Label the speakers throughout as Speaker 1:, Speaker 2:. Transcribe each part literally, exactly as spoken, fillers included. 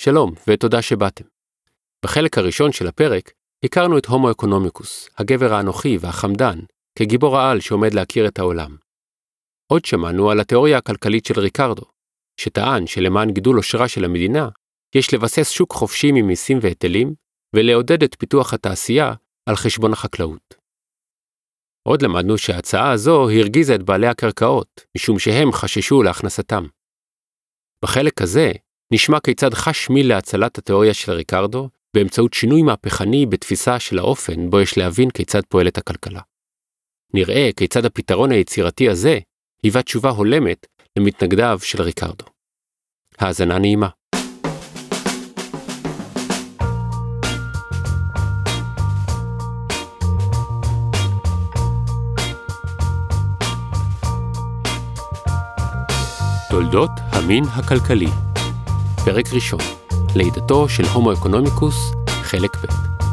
Speaker 1: שלום ותודה שבאתם. בחלק הראשון של הפרק הכרנו את הומו אקונומיקוס, הגבר האנוכי והחמדן, כגיבור העל שעומד להכיר את העולם. עוד שמענו על התיאוריה הכלכלית של ריקרדו, שטען שלמען גידול עושרה של המדינה, יש לבסס שוק חופשי ממיסים והיטלים, ולעודד את פיתוח התעשייה על חשבון החקלאות. עוד למדנו שההצעה הזו הרגיזה את בעלי הקרקעות, משום שהם חששו להכנסתם. בחלק הזה נשמע כיצד חש מיל להצלת התיאוריה של ריקרדו, באמצעות שינוי מהפכני בתפיסה של האופן בו יש להבין כיצד פועלת הכלכלה. נראה כיצד הפתרון היצירתי הזה היווה תשובה הולמת למתנגדיו של ריקרדו. האזנה נעימה. תולדות המין הכלכלי. פרק ראשון. לידתו של הומו אקונומיקוס, חלק ב'.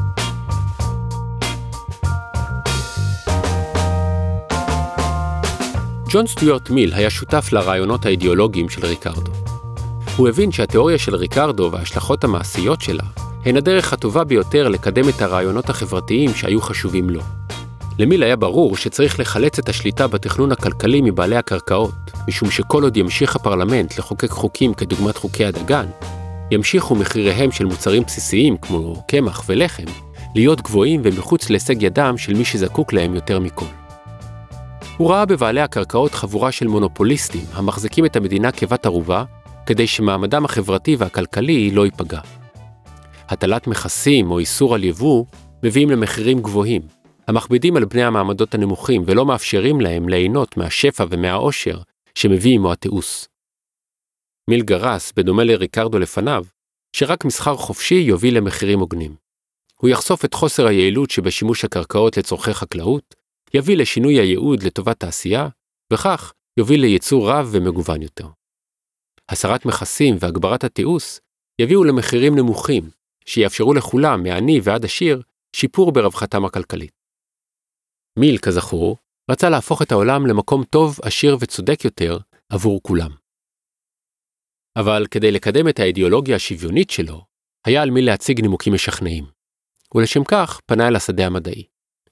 Speaker 1: ג'ון סטיוארט מיל היה שותף לרעיונות האידיאולוגיים של ריקרדו. הוא הבין שהתיאוריה של ריקרדו וההשלכות המעשיות שלה הן הדרך הטובה ביותר לקדם את הרעיונות החברתיים שהיו חשובים לו. למיל היה ברור שצריך לחלץ את השליטה בתכנון הכלכלי מבעלי הקרקעות, משום שכל עוד ימשיך הפרלמנט לחוקק חוקים כדוגמת חוקי הדגן, ימשיכו מחיריהם של מוצרים בסיסיים כמו קמח ולחם להיות גבוהים ומחוץ להישג ידם של מי שזקוק להם יותר מכל. הוא ראה בבעלי הקרקעות חבורה של מונופוליסטים המחזיקים את המדינה כבת ערובה כדי שמעמדם החברתי והכלכלי לא ייפגע. הטלת מכסים או איסור על יבוא מביאים למחירים גבוהים, המכבידים על בני המעמדות הנמוכים ולא מאפשרים להם ליהנות מהשפע ומהעושר שמביא עמו התיעוש. מיל גרס, בדומה לריקרדו לפניו, שרק מסחר חופשי יוביל למחירים הוגנים. הוא יחשוף את חוסר היעילות שבשימוש הקרקעות לצורכי חקלאות, יביא לשינוי הייעוד לטובת תעשייה, וכך יוביל לייצור רב ומגוון יותר. הסרת מכסים והגברת התיעוש יביאו למחירים נמוכים, שיאפשרו לכולם, מעני ועד עשיר, שיפור ברווחתם הכלכלית. מיל, כזכור, רצה להפוך את העולם למקום טוב, עשיר וצודק יותר עבור כולם. אבל כדי לקדם את האידיאולוגיה השוויונית שלו, היה על מיל להציג נימוקים משכנעים. ולשם כך פנה אל השדה המדעי.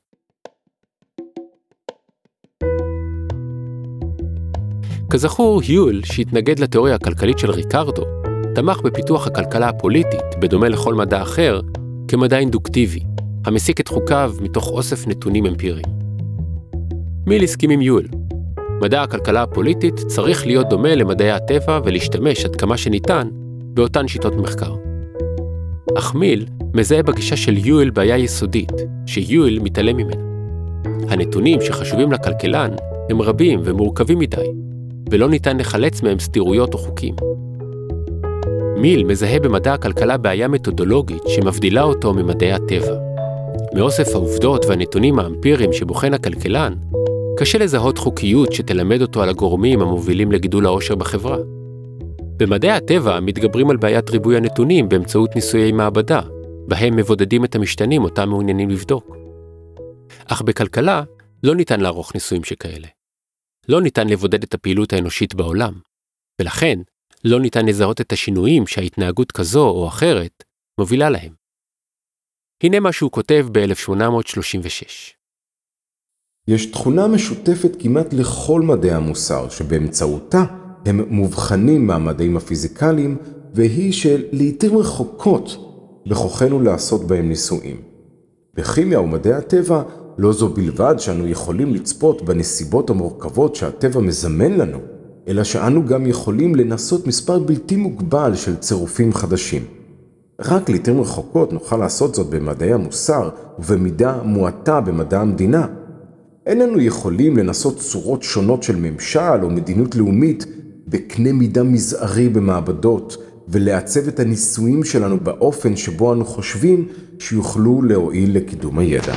Speaker 1: כזכור, יול, שהתנגד לתיאוריה הכלכלית של ריקרדו, תמך בפיתוח הכלכלה הפוליטית, בדומה לכל מדע אחר, כמדע אינדוקטיבי, המסיק את חוקיו מתוך אוסף נתונים אמפיריים. מיל הסכים עם יול. מדע הכלכלה הפוליטית צריך להיות דומה למדעי הטבע ולהשתמש עד כמה שניתן באותן שיטות מחקר. אך מיל מזהה בגישה של יול בעיה יסודית, שיול מתעלם ממנה. הנתונים שחשובים לכלכלן הם רבים ומורכבים מדי, ולא ניתן לחלץ מהם סתירויות או חוקים. מיל מזהה במדע הכלכלה בעיה מתודולוגית שמבדילה אותו ממדעי הטבע. מאוסף העובדות והנתונים האמפיריים שבוחן הכלכלן, קשה לזהות חוקיות שתלמד אותו על הגורמים המובילים לגידול העושר בחברה. במדעי הטבע מתגברים על בעיית ריבוי הנתונים באמצעות ניסויי מעבדה, בהם מבודדים את המשתנים אותם מעוניינים לבדוק. אך בכלכלה לא ניתן לערוך ניסויים שכאלה. לא ניתן לבודד את הפעילות האנושית בעולם, ולכן לא ניתן לזהות את השינויים שההתנהגות כזו או אחרת מובילה להם. הנה מה שהוא כותב ב-אלף שמונה מאות שלושים ושש.
Speaker 2: יש תכונה משותפת כמעט לכל מדעי המוסר, שבאמצעותה הם מובחנים מהמדעים הפיזיקליים, והיא של לעתים רחוקות בכוחנו לעשות בהם ניסויים. בכימיה ומדעי הטבע לא זו בלבד שאנו יכולים לצפות בנסיבות המורכבות שהטבע מזמן לנו, אלא שאנו גם יכולים לנסות מספר בלתי מוגבל של צירופים חדשים. רק לעתים רחוקות נוכל לעשות זאת במדעי המוסר ובמידה מועטה במדע המדינה. איננו יכולים לנסות צורות שונות של ממשל או מדיניות לאומית בקנה מידה מזערי במעבדות, ולעצב את הניסויים שלנו באופן שבו אנו חושבים שיוכלו להועיל לקידום הידע.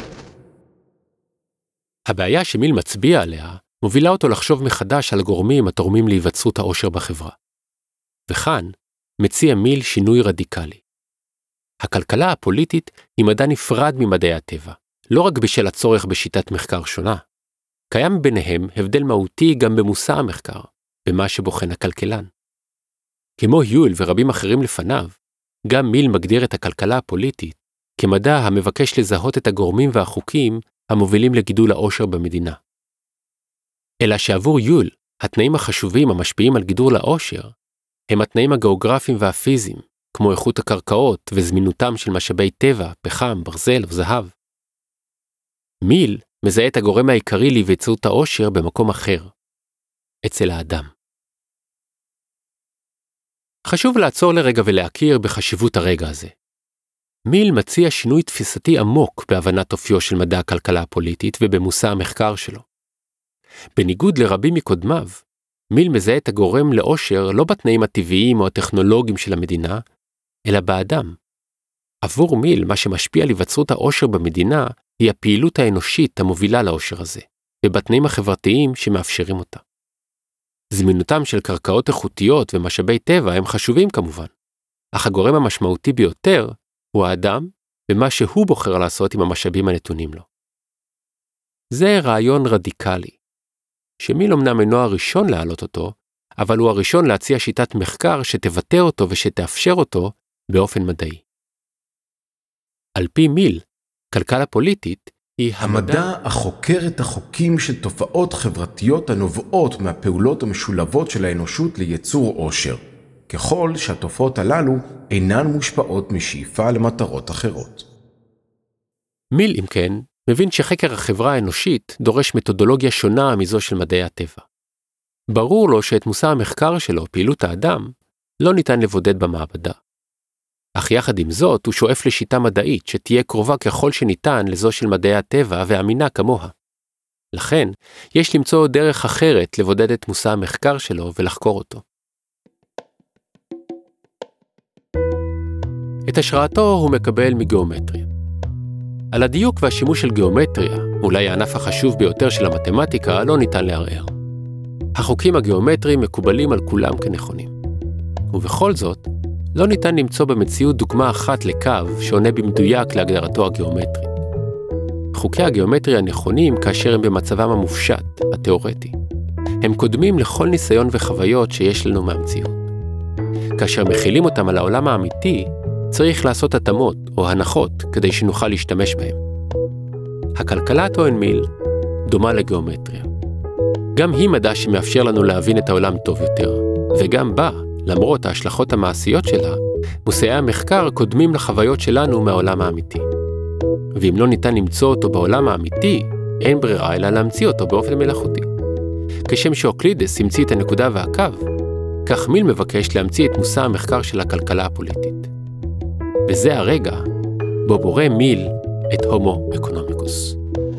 Speaker 1: הבעיה שמיל מצביע עליה מובילה אותו לחשוב מחדש על גורמים התורמים להיווצרות העושר בחברה. וכאן מציע מיל שינוי רדיקלי. הכלכלה הפוליטית היא מדע נפרד ממדעי הטבע, לא רק בשל הצורך בשיטת מחקר שונה. קיים ביניהם הבדל מהותי גם במושא המחקר, במה שבוחן הכלכלן. כמו יול ורבים אחרים לפניו, גם מיל מגדיר את הכלכלה הפוליטית כמדע המבקש לזהות את הגורמים והחוקים המובילים לגידול העושר במדינה. אלא שעבור יול, התנאים החשובים המשפיעים על גידול העושר הם התנאים הגיאוגרפיים והפיזיים, כמו איכות הקרקעות וזמינותם של משאבי טבע, פחם, ברזל וזהב. מיל מזהה את הגורם העיקרי להיווצרות העושר במקום אחר, אצל האדם. חשוב לעצור לרגע ולהכיר בחשיבות הרגע הזה. מיל מציע שינוי תפיסתי עמוק בהבנת אופיו של מדע הכלכלה הפוליטית ובמושא המחקר שלו. בניגוד לרבים מקודמיו, מיל מזהה את הגורם לעושר לא בתנאים הטבעיים או הטכנולוגיים של המדינה, אלא באדם. עבור מיל, מה שמשפיע על היווצרות העושר במדינה היא הפעילות האנושית המובילה לעושר הזה, ובתנאים החברתיים שמאפשרים אותה. זמינותם של קרקעות איכותיות ומשאבי טבע הם חשובים כמובן, אך הגורם המשמעותי ביותר הוא האדם ומה שהוא בוחר לעשות עם המשאבים הנתונים לו. זה רעיון רדיקלי, שמיל אמנם אינו הראשון להעלות אותו, אבל הוא הראשון להציע שיטת מחקר שתבטא אותו ושתאפשר אותו באופן מדעי. על פי מיל, כלכלה פוליטית היא
Speaker 2: המדע החוקר את החוקים של תופעות חברתיות הנובעות מהפעולות המשולבות של האנושות ליצור עושר, ככל שהתופעות הללו אינן מושפעות משאיפה למטרות אחרות.
Speaker 1: מיל, אם כן, מבין שחקר החברה האנושית דורש מתודולוגיה שונה מזו של מדעי הטבע. ברור לו שאת מושא המחקר שלו, פעילות האדם, לא ניתן לבודד במעבדה. אך יחד עם זאת הוא שואף לשיטה מדעית שתהיה קרובה ככל שניתן לזו של מדעי הטבע ואמינה כמוה. לכן, יש למצוא דרך אחרת לבודד את מושא המחקר שלו ולחקור אותו. את השראתו הוא מקבל מגיאומטריה. על הדיוק והשימוש של גיאומטריה, אולי הענף החשוב ביותר של המתמטיקה, לא ניתן לערער. החוקים הגיאומטריים מקובלים על כולם כנכונים. ובכל זאת, לא ניתן למצוא במציאות דוגמה אחת לקו שעונה במדויק להגדרתו הגיאומטרית. חוקי הגיאומטריה נכונים כאשר הם במצבם המופשט, התיאורטי. הם קודמים לכל ניסיון וחוויות שיש לנו מהמציאות. כאשר מכילים אותם על העולם האמיתי, צריך לעשות התאמות או הנחות כדי שנוכל להשתמש בהם. הכלכלה, טוען מיל, דומה לגיאומטריה. גם היא מדע שמאפשר לנו להבין את העולם טוב יותר, וגם בה, למרות ההשלכות המעשיות שלה, מושאי המחקר קודמים לחוויות שלנו מהעולם האמיתי. ואם לא ניתן למצוא אותו בעולם האמיתי, אין ברירה אלא להמציא אותו באופן מלאכותי. כשם שאוקלידס המציא את הנקודה והקו, כך מיל מבקש להמציא את מושא המחקר של הכלכלה הפוליטית. וזה הרגע בו בורא מיל את הומו אקונומיקוס.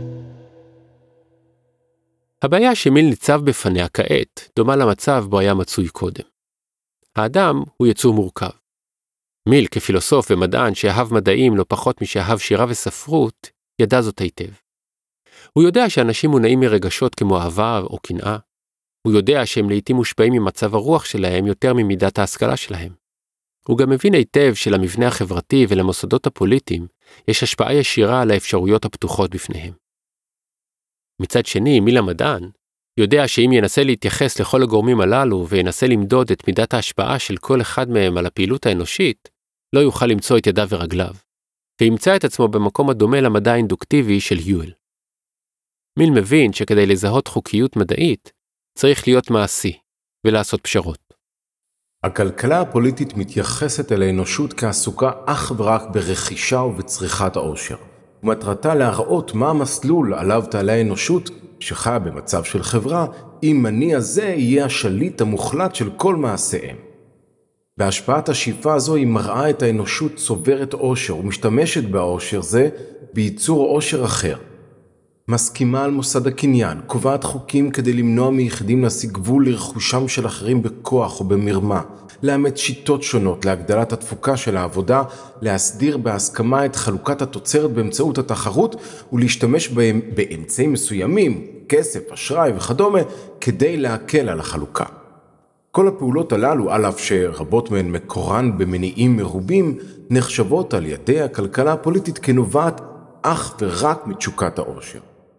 Speaker 1: הבעיה שמיל ניצב בפניה כעת דומה למצב בו היה מצוי קודם. האדם הוא יצור מורכב. מיל כפילוסוף ומדען שאהב מדעים לא פחות משאהב שירה וספרות, ידע זאת היטב. הוא יודע שאנשים מונעים מרגשות כמו אהבה או קנאה. הוא יודע שהם לעתים מושפעים ממצב הרוח שלהם יותר ממידת ההשכלה שלהם. הוא גם מבין היטב שלמבנה החברתי ולמוסדות הפוליטיים יש השפעה ישירה על האפשרויות הפתוחות בפניהם. מצד שני, מיל המדען יודע שאם ינסה להתייחס לכל הגורמים הללו וינסה למדוד את מידת ההשפעה של כל אחד מהם על הפעילות האנושית, לא יוכל למצוא את ידיו ורגליו, וימצא את עצמו במקום הדומה למדע האינדוקטיבי של יואל. מיל מבין שכדי לזהות חוקיות מדעית, צריך להיות מעשי ולעשות פשרות.
Speaker 2: הכלכלה הפוליטית מתייחסת אל האנושות כעסוקה אך ורק ברכישה ובצריכת העושר, ומטרתה להראות מה המסלול עליו תעלה האנושות שחיה במצב של חברה, אם מניע זה יהיה השליט המוחלט של כל מעשיהם. בהשפעת השאיפה הזו היא מראה את האנושות צוברת עושר ומשתמשת בעושר זה בייצור עושר אחר. מסכימה על מוסד הקניין, קובעת חוקים כדי למנוע מיחידים להשיג גבול לרכושם של אחרים בכוח או במרמה, לאמץ שיטות שונות להגדלת התפוקה של העבודה, להסדיר בהסכמה את חלוקת התוצרת באמצעות התחרות ולהשתמש בהם באמצעים מסוימים, כסף, אשראי וכדומה, כדי להקל על החלוקה. כל הפעולות הללו, על אף שרבות מהן מקורן במניעים מרובים, נחשבות על ידי הכלכלה הפוליטית כנובעת אך ורק מתשוקת העושר.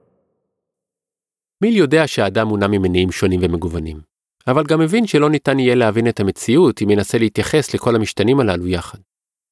Speaker 1: מיל יודע שהאדם מונע ממניעים שונים ומגוונים, אבל גם מבין שלא ניתן יהיה להבין את המציאות אם ינסה להתייחס לכל המשתנים הללו יחד.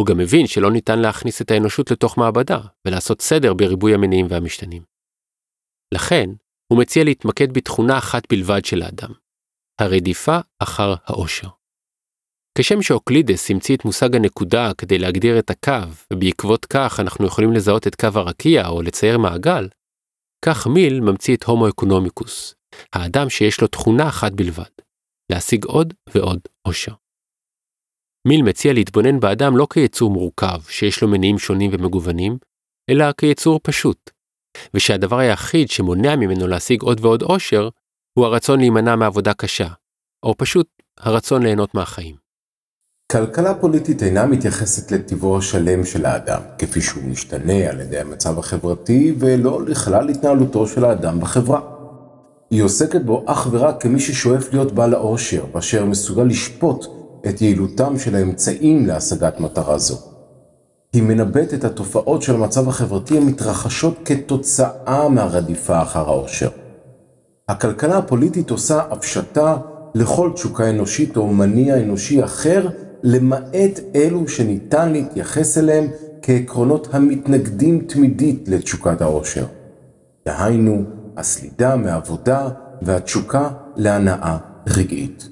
Speaker 1: הוא גם מבין שלא ניתן להכניס את האנושות לתוך מעבדה ולעשות סדר בריבוי המניעים והמשתנים. לכן, הוא מציע להתמקד בתכונה אחת בלבד של האדם, הרדיפה אחר האושר. כשם שאוקלידס המציא את מושג הנקודה כדי להגדיר את הקו, ובעקבות כך אנחנו יכולים לזהות את קו הרקיע או לצייר מעגל, כך מיל ממציא את הומו אקונומיקוס, האדם שיש לו תכונה אחת בלבד, להשיג עוד ועוד אושר. מיל מציע להתבונן באדם לא כיצור מורכב שיש לו מניעים שונים ומגוונים, אלא כיצור פשוט, ושהדבר היחיד שמונע ממנו להשיג עוד ועוד אושר, הוא הרצון להימנע מעבודה קשה, או פשוט הרצון ליהנות מהחיים.
Speaker 2: כלכלה פוליטית אינה מתייחסת לטבעו השלם של האדם, כפי שהוא משתנה על ידי המצב החברתי, ולא לכלל התנהלותו של האדם בחברה. היא עוסקת בו אך ורק כמי ששואף להיות בעל האושר, באשר מסוגל לשפוט את יעילותם של האמצעים להשגת מטרה זו. היא מנבאת את התופעות של המצב החברתי המתרחשות כתוצאה מהרדיפה אחר האושר. הכלכלה הפוליטית עושה הפשטה לכל תשוקה אנושית או מניע אנושי אחר, למעט אלו שניתן להתייחס אליהם כעקרונות המתנגדים תמידית לתשוקת האושר. דהיינו, הסלידה מעבודה והתשוקה להנאה רגעית.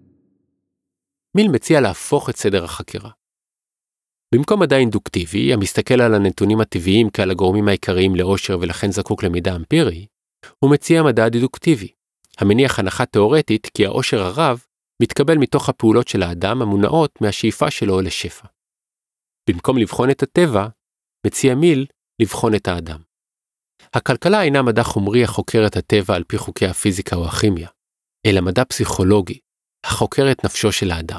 Speaker 1: מיל מציע להפוך את סדר החקירה. במקום מדע אינדוקטיבי, המסתכל על הנתונים הטבעיים כעל הגורמים העיקריים לאושר ולכן זקוק למידע אמפירי, הוא מציע מדע דדוקטיבי, המניח הנחה תיאורטית כי האושר הרב מתקבל מתוך הפעולות של האדם המונעות מהשאיפה שלו לשפע. במקום לבחון את הטבע, מציע מיל לבחון את האדם. הכלכלה אינה מדע חומרי החוקר את הטבע על פי חוקי הפיזיקה או הכימיה, אלא מדע פסיכולוגי, החוקר את נפשו של האדם.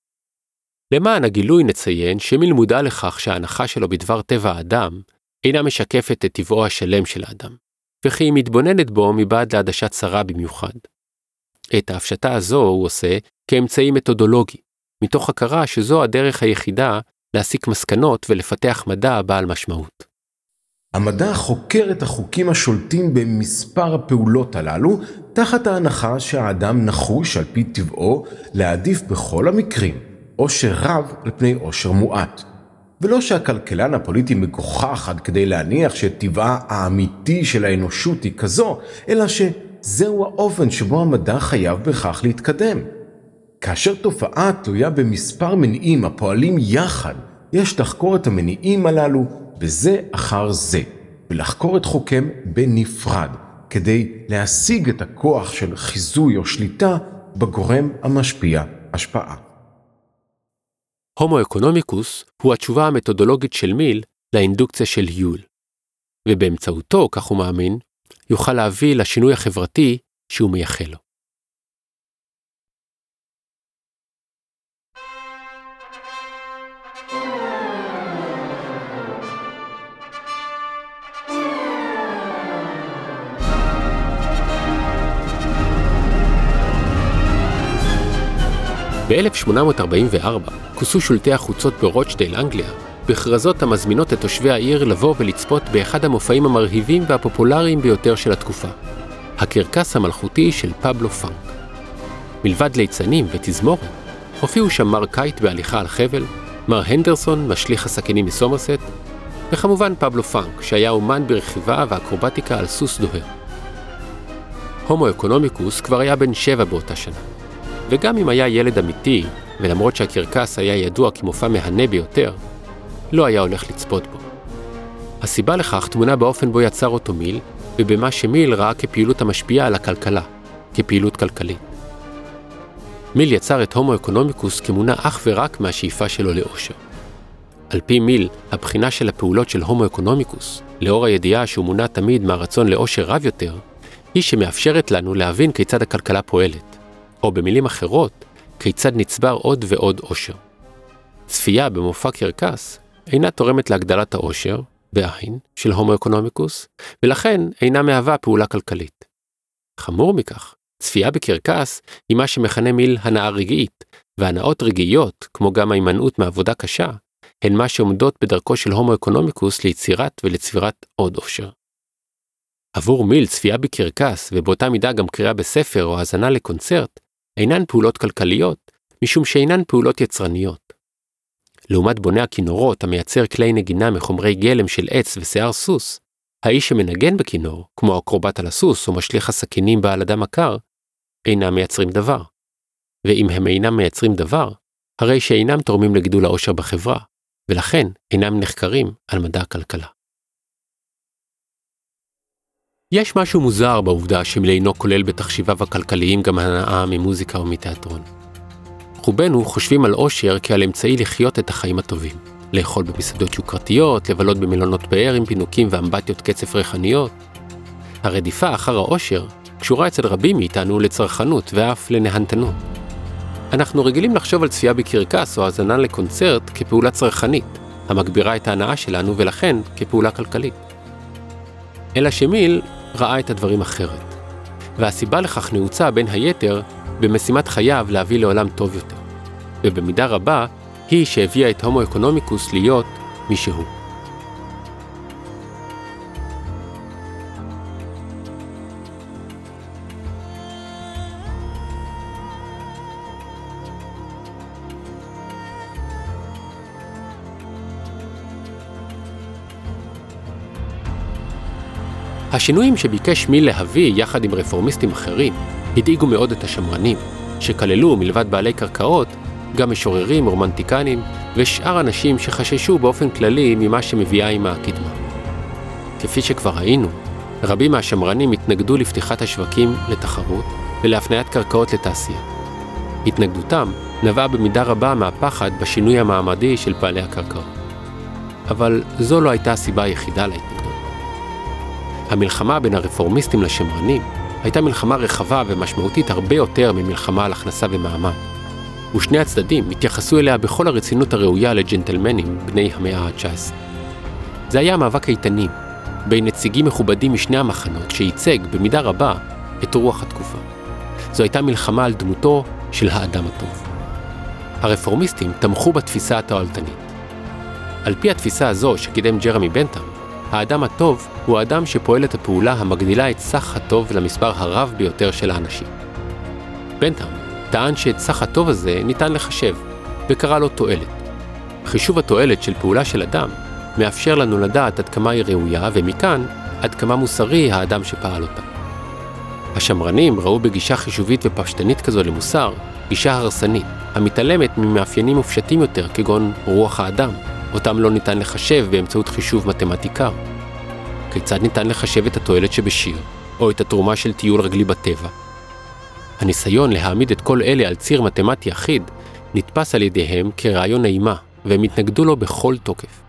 Speaker 1: למען הגילוי נציין שמיל מודע לכך שההנחה שלו בדבר טבע האדם אינה משקפת את טבעו השלם של האדם, וכי היא מתבוננת בו מבעד לעדשה צרה במיוחד. את ההפשטה הזו הוא עושה כאמצעי מתודולוגי, מתוך הכרה שזו הדרך היחידה להסיק מסקנות ולפתח מדע בעל משמעות.
Speaker 2: המדע חוקר את החוקים השולטים במספר הפעולות הללו, תחת ההנחה שהאדם נחוש על פי טבעו להעדיף בכל המקרים אושר רב על פני אושר מועט. ולא שהכלכלן הפוליטי מגוחך עד כדי להניח שטבעה האמיתי של האנושות היא כזו, אלא שזהו האופן שבו המדע חייב בכך להתקדם. כאשר תופעה תלויה במספר מניעים הפועלים יחד, יש לחקור את המניעים הללו בזה אחר זה, ולחקור את חוקיהם בנפרד, כדי להשיג את הכוח של חיזוי או שליטה בגורם המשפיע השפעה.
Speaker 1: הומו אקונומיקוס הוא התשובה המתודולוגית של מיל לאינדוקציה של יול, ובאמצעותו, כך הוא מאמין, יוכל להביא לשינוי החברתי שהוא מייחל לו. ב-אלף שמונה מאות ארבעים וארבע כוסו שולטי החוצות ברוצ'דייל, אנגליה, בכרזות המזמינות את תושבי העיר לבוא ולצפות באחד המופעים המרהיבים והפופולריים ביותר של התקופה, הקרקס המלכותי של פבלו פאנק. מלבד ליצנים ותזמורת, הופיעו שם מר קייט בהליכה על חבל, מר הנדרסון משליך הסכינים מסומרסט, וכמובן פבלו פאנק, שהיה אומן ברכיבה ואקרובטיקה על סוס דוהר. הומו אקונומיקוס כבר היה בן שבע באותה שנה. וגם אם היה ילד אמיתי, ולמרות שהקרקס היה ידוע כמופע מהנה ביותר, לא היה הולך לצפות בו. הסיבה לכך תמונה באופן בו יצר אותו מיל, ובמה שמיל ראה כפעילות המשפיעה על הכלכלה, כפעילות כלכלית. מיל יצר את הומו אקונומיקוס כמונה אך ורק מהשאיפה שלו לאושר. על פי מיל, הבחינה של הפעולות של הומו אקונומיקוס, לאור הידיעה שהוא מונה תמיד מהרצון לאושר רב יותר, היא שמאפשרת לנו להבין כיצד הכלכלה פועלת. או במילים אחרות, כיצד נצבר עוד ועוד אושר. צפייה במופע קרקס אינה תורמת להגדלת האושר, בעין, של הומו אקונומיקוס, ולכן אינה מהווה פעולה כלכלית. חמור מכך, צפייה בקרקס היא מה שמכנה מיל הנאה רגעית, והנאות רגעיות, כמו גם ההימנעות מעבודה קשה, הן מה שעומדות בדרכו של הומו אקונומיקוס ליצירת ולצבירת עוד אושר. עבור מיל צפייה בקרקס, ובאותה מידה גם קריאה בספר או האזנה לקונצרט, אינן פעולות כלכליות, משום שאינן פעולות יצרניות. לעומת בונה הכינורות המייצר כלי נגינה מחומרי גלם של עץ ושיער סוס, האיש שמנגן בכינור, כמו הקרובט על הסוס או משליך הסכינים בעל אדם הקר, אינם מייצרים דבר. ואם הם אינם מייצרים דבר, הרי שאינם תורמים לגידול העושר בחברה, ולכן אינם נחקרים על מדע הכלכלה. יש משהו מוזר בעובדה שמיל אינו כולל בתחשיביו הכלכליים גם הנאה ממוזיקה או מתיאטרון. רובנו חושבים על עושר כעל אמצעי לחיות את החיים הטובים, לאכול במסעדות יוקרתיות, לבלות במלונות פאר עם פינוקים ואמבטיות קצף ריחניות. הרדיפה אחר העושר קשורה אצל רבים מאיתנו לצרכנות ואף לנהנתנות. אנחנו רגילים לחשוב על צפייה בקרקס או האזנה לקונצרט כפעולה צרכנית, המגבירה את ההנאה שלנו ולכן כפעולה כלכלית. אלא שמיל ראה את הדברים אחרת, והסיבה לכך נעוצה בין היתר במשימת חייו להביא לעולם טוב יותר, ובמידה רבה היא שהביאה את הומו אקונומיקוס להיות מי שהוא. השינויים שביקש מיל להביא יחד עם רפורמיסטים אחרים הדאיגו מאוד את השמרנים, שכללו מלבד בעלי קרקעות גם משוררים, רומנטיקנים ושאר אנשים שחששו באופן כללי ממה שמביאה עם הקדמה. כפי שכבר ראינו, רבים מהשמרנים התנגדו לפתיחת השווקים לתחרות ולהפניית קרקעות לתעשייה. התנגדותם נבעה במידה רבה מהפחד בשינוי המעמדי של בעלי הקרקעות. אבל זו לא הייתה הסיבה היחידה להתנגדות. המלחמה בין הרפורמיסטים לשמרנים הייתה מלחמה רחבה ומשמעותית הרבה יותר ממלחמה על הכנסה ומעמד. ושני הצדדים התייחסו אליה בכל הרצינות הראויה לג'נטלמנים בני המאה ה-תשע עשרה. זה היה מאבק איתנים, בין נציגים מכובדים משני המחנות שייצג במידה רבה את רוח התקופה. זו הייתה מלחמה על דמותו של האדם הטוב. הרפורמיסטים תמכו בתפיסה התועלתנית. על פי התפיסה הזו שקידם ג'רמי בנטאם, האדם הטוב הוא האדם שפועל את הפעולה המגדילה את סך הטוב למספר הרב ביותר של האנשים. בנטאם טען שאת סך הטוב הזה ניתן לחשב, וקרא לו תועלת. חישוב התועלת של פעולה של אדם מאפשר לנו לדעת עד כמה היא ראויה, ומכאן עד כמה מוסרי האדם שפעל אותה. השמרנים ראו בגישה חישובית ופשטנית כזו למוסר, גישה הרסנית, המתעלמת ממאפיינים מופשטים יותר כגון רוח האדם, אותם לא ניתן לחשב באמצעות חישוב מתמטיקה. כיצד ניתן לחשב את התועלת שבשיר, או את התרומה של טיול רגלי בטבע? הניסיון להעמיד את כל אלה על ציר מתמטי אחיד נתפס על ידיהם כרעיון נעימה, והם התנגדו לו בכל תוקף.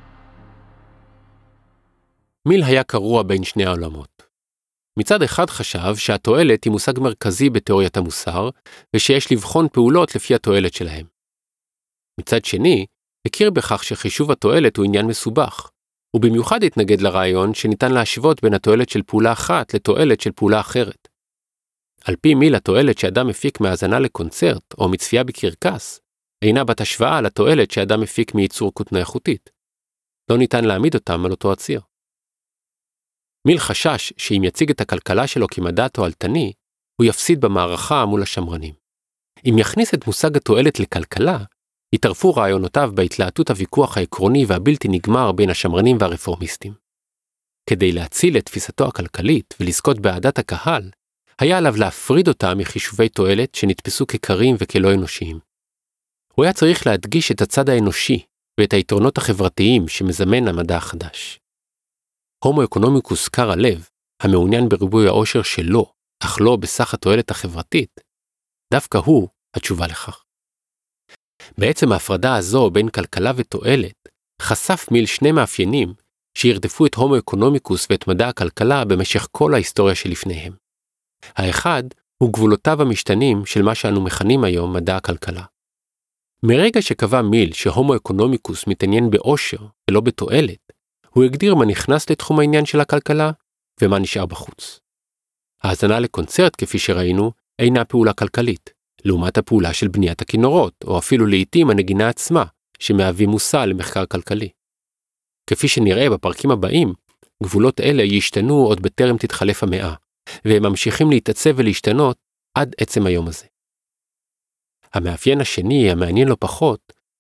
Speaker 1: מיל היה קרוע בין שני העולמות. מצד אחד חשב שהתועלת היא מושג מרכזי בתיאוריית המוסר, ושיש לבחון פעולות לפי התועלת שלהם. מצד שני, הכיר בכך שחישוב התועלת הוא עניין מסובך, ובמיוחד התנגד לרעיון שניתן להשוות בין התועלת של פעולה אחת לתועלת של פעולה אחרת. על פי מיל, התועלת שאדם מפיק מהאזנה לקונצרט או מצפייה בקרקס, אינה בת השוואה לתועלת שאדם מפיק מייצור כותנה איכותית. לא ניתן להעמיד אותם על אותו הציר. מיל חשש שאם יציג את הכלכלה שלו כמדע תועלתני, הוא יפסיד במערכה מול השמרנים. אם יכניס את מושג התועלת לכלכלה, יתערפו רעיונותיו בהתלהטות הוויכוח העקרוני והבלתי נגמר בין השמרנים והרפורמיסטים. כדי להציל את תפיסתו הכלכלית ולזכות באהדת הקהל, היה עליו להפריד אותה מחישובי תועלת שנתפסו כקרים וכלא אנושיים. הוא היה צריך להדגיש את הצד האנושי ואת היתרונות החברתיים שמזמן המדע החדש. הומו אקונומיקוס קר הלב, המעוניין בריבוי העושר שלו, אך לא בסך התועלת החברתית, דווקא הוא התשובה לכך. בעצם ההפרדה הזו בין כלכלה ותועלת חשף מיל שני מאפיינים שירדפו את הומו אקונומיקוס ואת מדע הכלכלה במשך כל ההיסטוריה שלפניהם. האחד הוא גבולותיו המשתנים של מה שאנו מכנים היום מדע הכלכלה. מרגע שקבע מיל שהומו אקונומיקוס מתעניין בעושר ולא בתועלת, הוא הגדיר מה נכנס לתחום העניין של הכלכלה ומה נשאר בחוץ. ההאזנה לקונצרט, כפי שראינו, אינה פעולה כלכלית, לעומת הפעולה של בניית הכינורות, או אפילו לעתים הנגינה עצמה, שמהווים מושא למחקר כלכלי. כפי שנראה בפרקים הבאים, גבולות אלה ישתנו עוד בטרם תתחלף המאה, והם ממשיכים להתעצב ולהשתנות עד עצם היום הזה. המאפיין השני, המעניין לא פחות,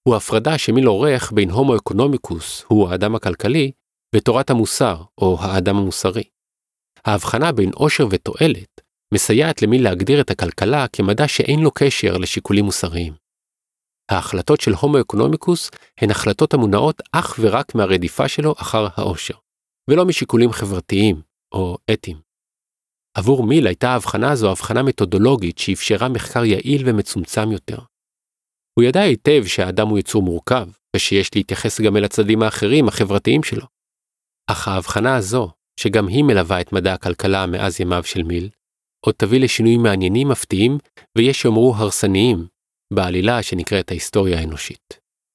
Speaker 1: הוא הפרדה שמיל עורך בין הומו אקונומיקוס, הוא האדם הכלכלי, ותורת המוסר, או האדם המוסרי. ההבחנה בין עושר ותועלת מסייעת למיל להגדיר את הכלכלה כמדע שאין לו קשר לשיקולים מוסריים. ההחלטות של הומו אקונומיקוס הן החלטות המונעות אך ורק מהרדיפה שלו אחר העושר, ולא משיקולים חברתיים או אתיים. עבור מיל הייתה ההבחנה הזו הבחנה מתודולוגית שאפשרה מחקר יעיל ומצומצם יותר. הוא ידע היטב שהאדם הוא יצור מורכב, ושיש להתייחס גם אל הצדדים האחרים החברתיים שלו. אך ההבחנה הזו, שגם היא מלווה את מדע הכלכלה מאז ימיו של מיל, עוד תביא לשינויים מעניינים מפתיעים, ויש שאומרו הרסניים, בעלילה שנקראת ההיסטוריה האנושית.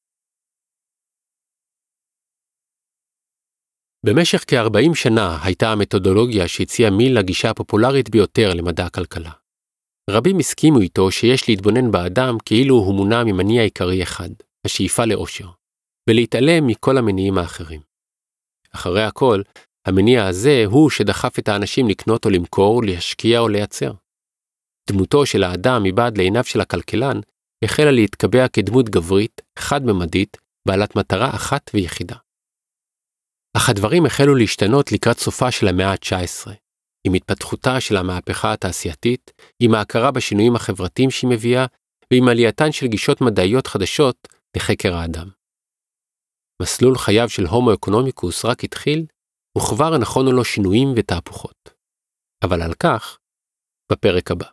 Speaker 1: במשך כ-ארבעים שנה הייתה המתודולוגיה שהציעה מיל לגישה הפופולרית ביותר למדע הכלכלה. רבים הסכימו איתו שיש להתבונן באדם כאילו הוא מונע ממניע עיקרי אחד, השאיפה לאושר, ולהתעלם מכל המניעים האחרים. אחרי הכל, המניע הזה הוא שדחף את האנשים לקנות או למכור, להשקיע או לייצר. דמותו של האדם מבעד לעיניו של הכלכלן החלה להתקבע כדמות גברית, חד-ממדית, בעלת מטרה אחת ויחידה. אך הדברים החלו להשתנות לקראת סופה של המאה ה-תשע עשרה, עם התפתחותה של המהפכה התעשייתית, עם ההכרה בשינויים החברתיים שהיא מביאה, ועם עלייתן של גישות מדעיות חדשות לחקר האדם. מסלול חייו של הומו אקונומיקוס רק התחיל, וכבר נכונו לו שינויים ותהפוכות. אבל על כך, בפרק הבא.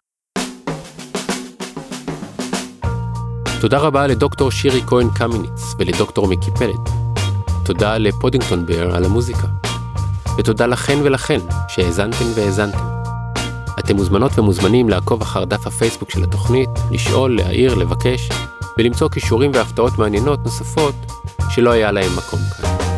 Speaker 1: תודה רבה לדוקטור שירי כהן קמיניץ ולדוקטור מיקי פלד. תודה לפודינגטון בר על המוזיקה. ותודה לכן ולכן שהאזנתם והאזנתם. אתם מוזמנות ומוזמנים לעקוב אחר דף הפייסבוק של התוכנית, לשאול, להעיר, לבקש, ולמצוא קישורים והפתעות מעניינות נוספות שלא היה להם מקום כאן.